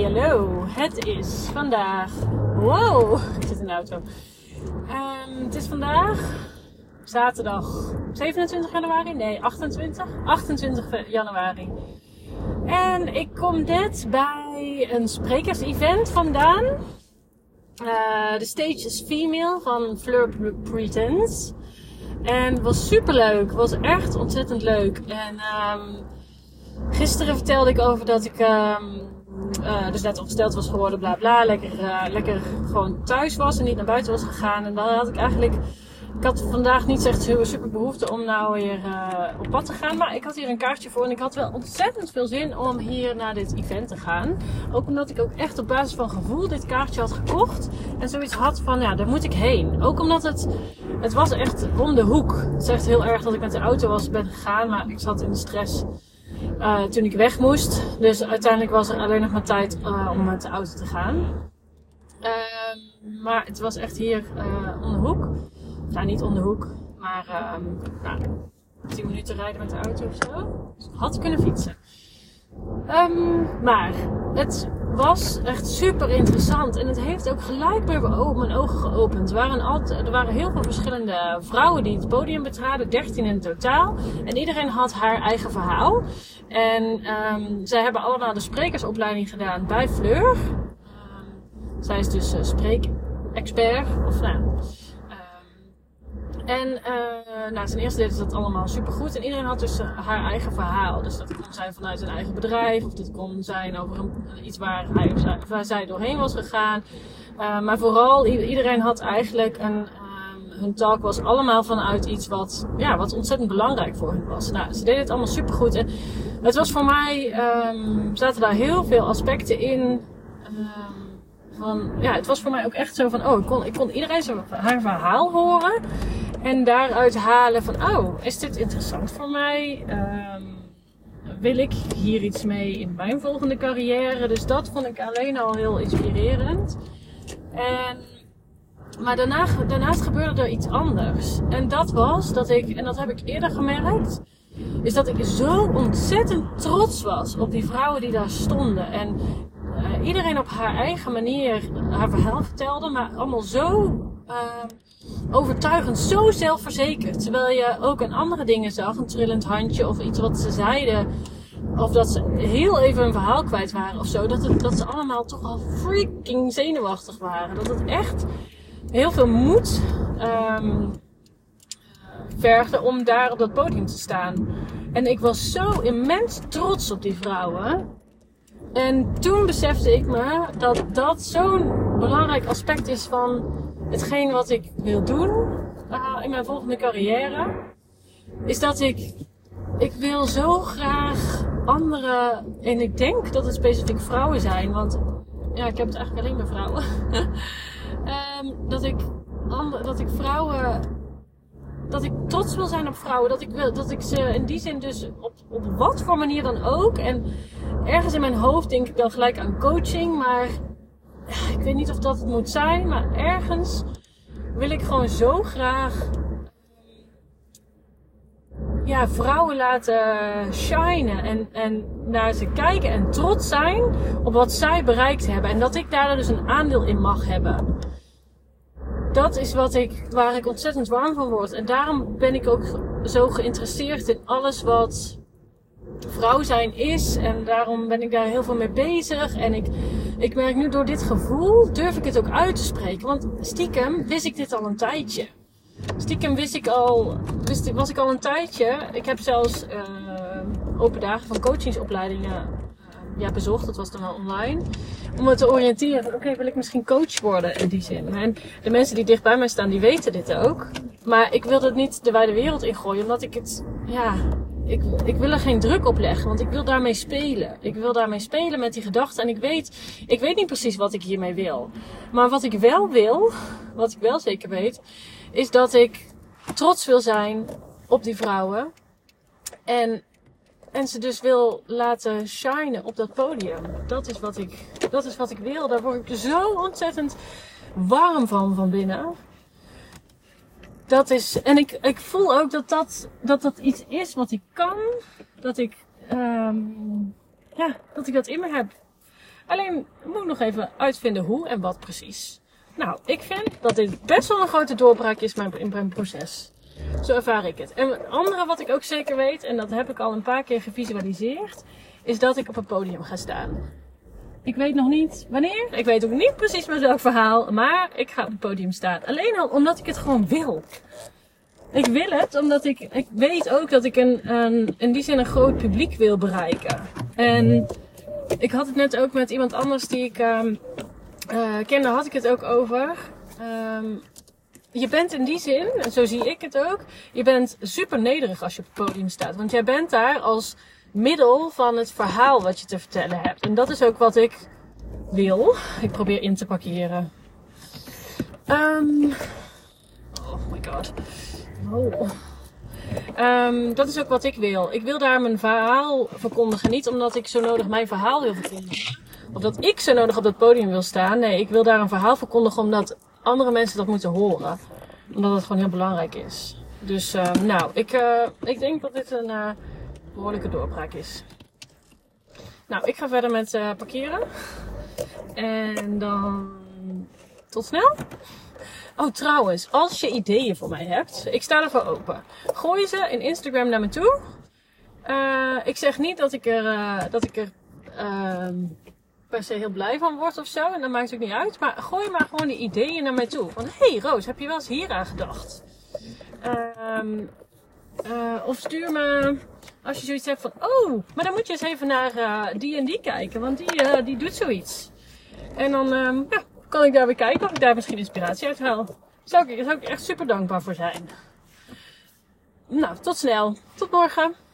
Hallo, het is vandaag... Wow, ik zit in de auto. Het is vandaag zaterdag 27 januari. Nee, 28 januari. En ik kom net bij een sprekersevent vandaan. De stage is female van Fleur Pretence. En het was superleuk. Het was echt ontzettend leuk. En gisteren vertelde ik over dat ik dus net ongesteld was geworden, bla bla. Lekker gewoon thuis was en niet naar buiten was gegaan. En dan had ik eigenlijk... Ik had vandaag niet echt super behoefte om nou weer op pad te gaan. Maar ik had hier een kaartje voor en ik had wel ontzettend veel zin om hier naar dit event te gaan. Ook omdat ik ook echt op basis van gevoel dit kaartje had gekocht. En zoiets had van, ja, daar moet ik heen. Ook omdat het was echt om de hoek. Het is echt heel erg dat ik met de auto ben gegaan. Maar ik zat in de stress toen ik weg moest. Dus uiteindelijk was er alleen nog maar tijd om met de auto te gaan. Maar het was echt hier om de hoek. Nou, niet om de hoek, maar 10 minuten rijden met de auto of zo. Dus ik had kunnen fietsen. Maar het was echt super interessant. En het heeft ook gelijk weer mijn ogen geopend. Er waren heel veel verschillende vrouwen die het podium betraden. 13 in totaal. En iedereen had haar eigen verhaal. En zij hebben allemaal de sprekersopleiding gedaan bij Fleur. Zij is dus spreekexpert. Ten eerste deden ze dat allemaal supergoed. En iedereen had dus haar eigen verhaal. Dus dat kon zijn vanuit zijn eigen bedrijf. Of dat kon zijn over iets waar hij of zij doorheen was gegaan. Maar vooral, iedereen had eigenlijk hun talk was allemaal vanuit iets wat ontzettend belangrijk voor hen was. Nou, ze deden het allemaal supergoed. En het was voor mij, zaten daar heel veel aspecten in. Het was voor mij ook echt zo van, ik kon iedereen haar verhaal horen. En daaruit halen van, is dit interessant voor mij? Wil ik hier iets mee in mijn volgende carrière? Dus dat vond ik alleen al heel inspirerend. Maar daarnaast gebeurde er iets anders. En dat was dat en dat heb ik eerder gemerkt, is dat ik zo ontzettend trots was op die vrouwen die daar stonden. En iedereen op haar eigen manier haar verhaal vertelde, maar allemaal zo overtuigend, zo zelfverzekerd. Terwijl je ook aan andere dingen zag, een trillend handje of iets wat ze zeiden, of dat ze heel even een verhaal kwijt waren of zo, dat ze allemaal toch al freaking zenuwachtig waren. Dat het echt heel veel moed vergde om daar op dat podium te staan. En ik was zo immens trots op die vrouwen. En toen besefte ik me dat dat zo'n belangrijk aspect is van hetgeen wat ik wil doen in mijn volgende carrière. Is dat ik wil zo graag andere, en ik denk dat het specifiek vrouwen zijn, want ja, ik heb het eigenlijk alleen maar vrouwen. Dat ik trots wil zijn op vrouwen. Dat ik ze in die zin dus op wat voor manier dan ook. En ergens in mijn hoofd denk ik dan gelijk aan coaching. Maar ik weet niet of dat het moet zijn. Maar ergens wil ik gewoon zo graag vrouwen laten shinen. En naar ze kijken en trots zijn op wat zij bereikt hebben. En dat ik daar dus een aandeel in mag hebben. Dat is waar ik ontzettend warm van word. En daarom ben ik ook zo geïnteresseerd in alles wat vrouw zijn is. En daarom ben ik daar heel veel mee bezig. En ik merk nu door dit gevoel, durf ik het ook uit te spreken. Want stiekem wist ik dit al een tijdje. Stiekem was ik al een tijdje. Ik heb zelfs open dagen van coachingsopleidingen bezocht. Dat was dan wel online. Om me te oriënteren. Oké, wil ik misschien coach worden in die zin. En de mensen die dicht bij mij staan, die weten dit ook. Maar ik wil het niet de wijde wereld ingooien. Omdat ik het, ik wil er geen druk op leggen. Want ik wil daarmee spelen. Ik wil daarmee spelen met die gedachten. En ik weet niet precies wat ik hiermee wil. Maar wat ik wel wil, wat ik wel zeker weet, is dat ik trots wil zijn op die vrouwen. En ze dus wil laten shinen op dat podium. Dat is wat ik wil. Daar word ik zo ontzettend warm van binnen. En ik voel ook dat iets is wat ik kan. Dat ik dat in me heb. Alleen moet ik nog even uitvinden hoe en wat precies. Nou, ik vind dat dit best wel een grote doorbraak is in mijn proces. Zo ervaar ik het. En het andere wat ik ook zeker weet, en dat heb ik al een paar keer gevisualiseerd, is dat ik op een podium ga staan. Ik weet nog niet wanneer. Ik weet ook niet precies met welk verhaal. Maar ik ga op het podium staan. Alleen al omdat ik het gewoon wil. Ik wil het omdat ik weet ook dat ik in die zin een groot publiek wil bereiken. En ik had het net ook met iemand anders die ik kende, had ik het ook over. Je bent in die zin, en zo zie ik het ook, je bent super nederig als je op het podium staat. Want jij bent daar als middel van het verhaal wat je te vertellen hebt. En dat is ook wat ik wil. Ik probeer in te parkeren. Oh my god. Oh. Dat is ook wat ik wil. Ik wil daar mijn verhaal verkondigen. Niet omdat ik zo nodig mijn verhaal wil verkondigen. Of dat ik zo nodig op dat podium wil staan. Nee, ik wil daar een verhaal verkondigen omdat andere mensen dat moeten horen. Omdat het gewoon heel belangrijk is. Dus ik denk dat dit een behoorlijke doorbraak is. Nou, ik ga verder met parkeren. En dan tot snel. Oh, trouwens, als je ideeën voor mij hebt, ik sta ervoor open. Gooi ze in Instagram naar me toe. Ik zeg niet dat ik er per se heel blij van word of zo. En dat maakt het ook niet uit. Maar gooi maar gewoon die ideeën naar mij toe. Van, hey Roos, heb je wel eens hier aan gedacht? Of stuur me, als je zoiets hebt van, oh, maar dan moet je eens even naar die en die kijken. Want die doet zoiets. En dan kan ik daar weer kijken of ik daar misschien inspiratie uit haal. Zou ik echt super dankbaar voor zijn. Nou, tot snel. Tot morgen.